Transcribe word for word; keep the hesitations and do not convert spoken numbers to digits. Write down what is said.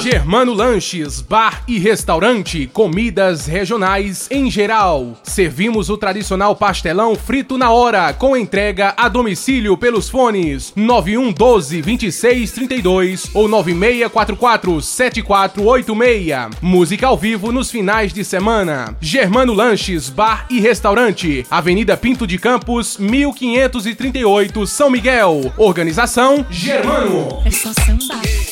Germano Lanches, bar e restaurante, comidas regionais em geral. Servimos o tradicional pastelão frito na hora, com entrega a domicílio pelos fones nove um um dois, dois seis três dois ou nove seis quatro quatro, sete quatro oito seis. Música ao vivo nos finais de semana. Germano Lanches, bar e restaurante, Avenida Pinto de Campos, mil quinhentos e trinta e oito, São Miguel. Organização Germano. É só samba.